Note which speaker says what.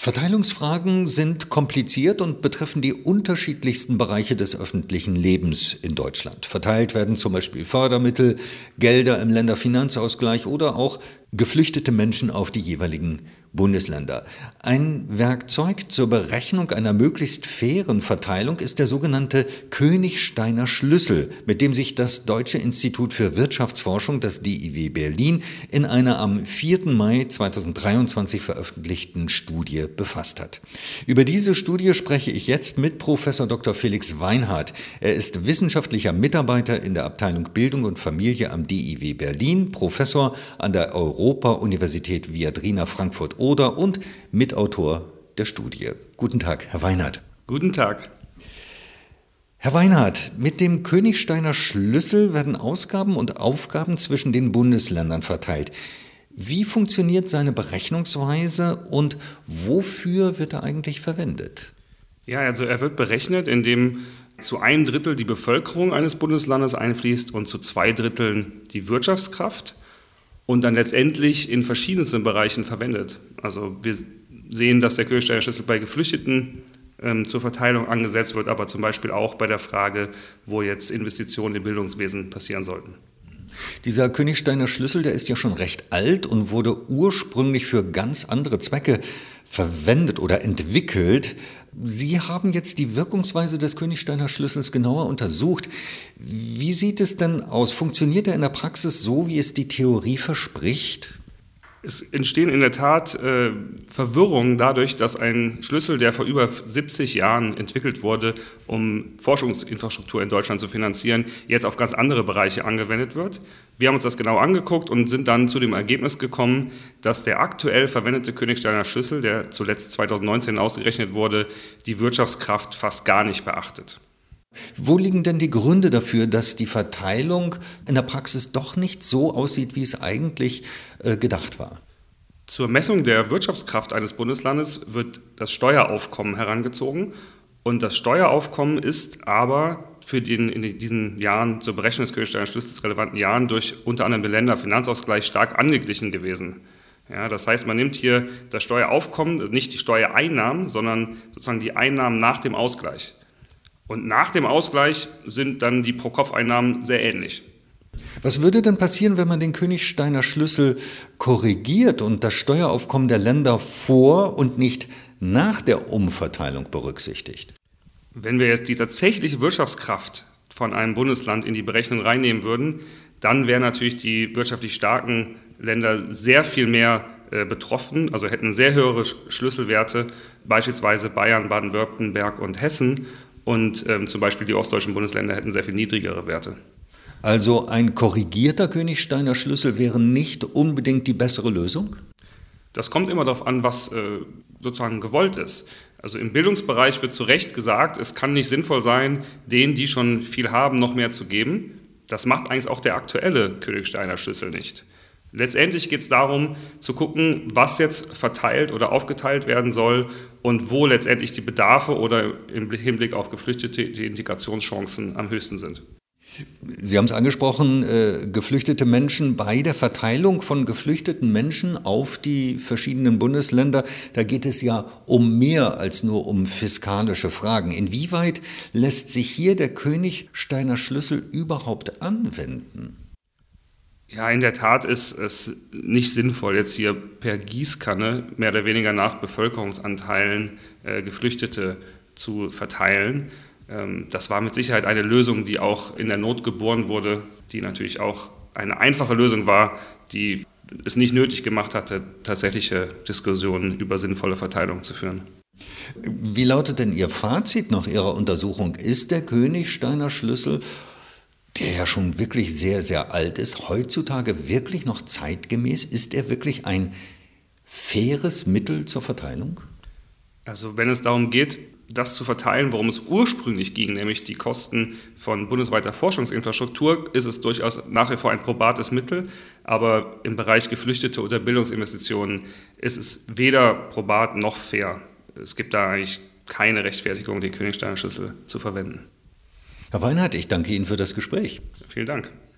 Speaker 1: Verteilungsfragen sind kompliziert und betreffen die unterschiedlichsten Bereiche des öffentlichen Lebens in Deutschland. Verteilt werden zum Beispiel Fördermittel, Gelder im Länderfinanzausgleich oder auch geflüchtete Menschen auf die jeweiligen Bundesländer. Ein Werkzeug zur Berechnung einer möglichst fairen Verteilung ist der sogenannte Königsteiner Schlüssel, mit dem sich das Deutsche Institut für Wirtschaftsforschung, das DIW Berlin, in einer am 4. Mai 2023 veröffentlichten Studie befasst hat. Über diese Studie spreche ich jetzt mit Professor Dr. Felix Weinhardt. Er ist wissenschaftlicher Mitarbeiter in der Abteilung Bildung und Familie am DIW Berlin, Professor an der Europa-Universität Viadrina Frankfurt-Oder und Mitautor der Studie. Guten Tag, Herr Weinhardt.
Speaker 2: Guten Tag.
Speaker 1: Herr Weinhardt, mit dem Königsteiner Schlüssel werden Ausgaben und Aufgaben zwischen den Bundesländern verteilt. Wie funktioniert seine Berechnungsweise und wofür wird er eigentlich verwendet?
Speaker 2: Ja, also er wird berechnet, indem zu 1/3 die Bevölkerung eines Bundeslandes einfließt und zu 2/3 die Wirtschaftskraft und dann letztendlich in verschiedensten Bereichen verwendet. Also wir sehen, dass der Königsteiner Schlüssel bei Geflüchteten zur Verteilung angesetzt wird, aber zum Beispiel auch bei der Frage, wo jetzt Investitionen im Bildungswesen passieren sollten.
Speaker 1: Dieser Königsteiner Schlüssel, der ist ja schon recht alt und wurde ursprünglich für ganz andere Zwecke verwendet oder entwickelt. Sie haben jetzt die Wirkungsweise des Königsteiner Schlüssels genauer untersucht. Wie sieht es denn aus? Funktioniert er in der Praxis so, wie es die Theorie verspricht?
Speaker 2: Es entstehen in der Tat Verwirrungen dadurch, dass ein Schlüssel, der vor über 70 Jahren entwickelt wurde, um Forschungsinfrastruktur in Deutschland zu finanzieren, jetzt auf ganz andere Bereiche angewendet wird. Wir haben uns das genau angeguckt und sind dann zu dem Ergebnis gekommen, dass der aktuell verwendete Königsteiner Schlüssel, der zuletzt 2019 ausgerechnet wurde, die Wirtschaftskraft fast gar nicht beachtet.
Speaker 1: Wo liegen denn die Gründe dafür, dass die Verteilung in der Praxis doch nicht so aussieht, wie es eigentlich gedacht war?
Speaker 2: Zur Messung der Wirtschaftskraft eines Bundeslandes wird das Steueraufkommen herangezogen. Und das Steueraufkommen ist aber für den in diesen Jahren zur Berechnung des Königsteiner Schlüssels relevanten Jahren durch unter anderem den Länderfinanzausgleich stark angeglichen gewesen. Ja, das heißt, man nimmt hier das Steueraufkommen, nicht die Steuereinnahmen, sondern sozusagen die Einnahmen nach dem Ausgleich. Und nach dem Ausgleich sind dann die Pro-Kopf-Einnahmen sehr ähnlich.
Speaker 1: Was würde denn passieren, wenn man den Königsteiner Schlüssel korrigiert und das Steueraufkommen der Länder vor und nicht nach der Umverteilung berücksichtigt?
Speaker 2: Wenn wir jetzt die tatsächliche Wirtschaftskraft von einem Bundesland in die Berechnung reinnehmen würden, dann wären natürlich die wirtschaftlich starken Länder sehr viel mehr betroffen, also hätten sehr höhere Schlüsselwerte, beispielsweise Bayern, Baden-Württemberg und Hessen. Und zum Beispiel die ostdeutschen Bundesländer hätten sehr viel niedrigere Werte.
Speaker 1: Also ein korrigierter Königsteiner Schlüssel wäre nicht unbedingt die bessere Lösung?
Speaker 2: Das kommt immer darauf an, was sozusagen gewollt ist. Also im Bildungsbereich wird zu Recht gesagt, es kann nicht sinnvoll sein, denen, die schon viel haben, noch mehr zu geben. Das macht eigentlich auch der aktuelle Königsteiner Schlüssel nicht. Letztendlich geht es darum, zu gucken, was jetzt verteilt oder aufgeteilt werden soll und wo letztendlich die Bedarfe oder im Hinblick auf Geflüchtete die Integrationschancen am höchsten sind.
Speaker 1: Sie haben es angesprochen, geflüchtete Menschen bei der Verteilung von geflüchteten Menschen auf die verschiedenen Bundesländer, da geht es ja um mehr als nur um fiskalische Fragen. Inwieweit lässt sich hier der Königsteiner Schlüssel überhaupt anwenden?
Speaker 2: Ja, in der Tat ist es nicht sinnvoll, jetzt hier per Gießkanne mehr oder weniger nach Bevölkerungsanteilen Geflüchtete zu verteilen. Das war mit Sicherheit eine Lösung, die auch in der Not geboren wurde, die natürlich auch eine einfache Lösung war, die es nicht nötig gemacht hatte, tatsächliche Diskussionen über sinnvolle Verteilung zu führen.
Speaker 1: Wie lautet denn Ihr Fazit nach Ihrer Untersuchung? Ist der Königsteiner Schlüssel, der ja schon wirklich sehr, sehr alt ist, heutzutage wirklich noch zeitgemäß? Ist er wirklich ein faires Mittel zur Verteilung?
Speaker 2: Also wenn es darum geht, das zu verteilen, worum es ursprünglich ging, nämlich die Kosten von bundesweiter Forschungsinfrastruktur, ist es durchaus nach wie vor ein probates Mittel. Aber im Bereich Geflüchtete oder Bildungsinvestitionen ist es weder probat noch fair. Es gibt da eigentlich keine Rechtfertigung, den Königsteiner Schlüssel zu verwenden.
Speaker 1: Herr Weinhardt, ich danke Ihnen für das Gespräch.
Speaker 2: Vielen Dank.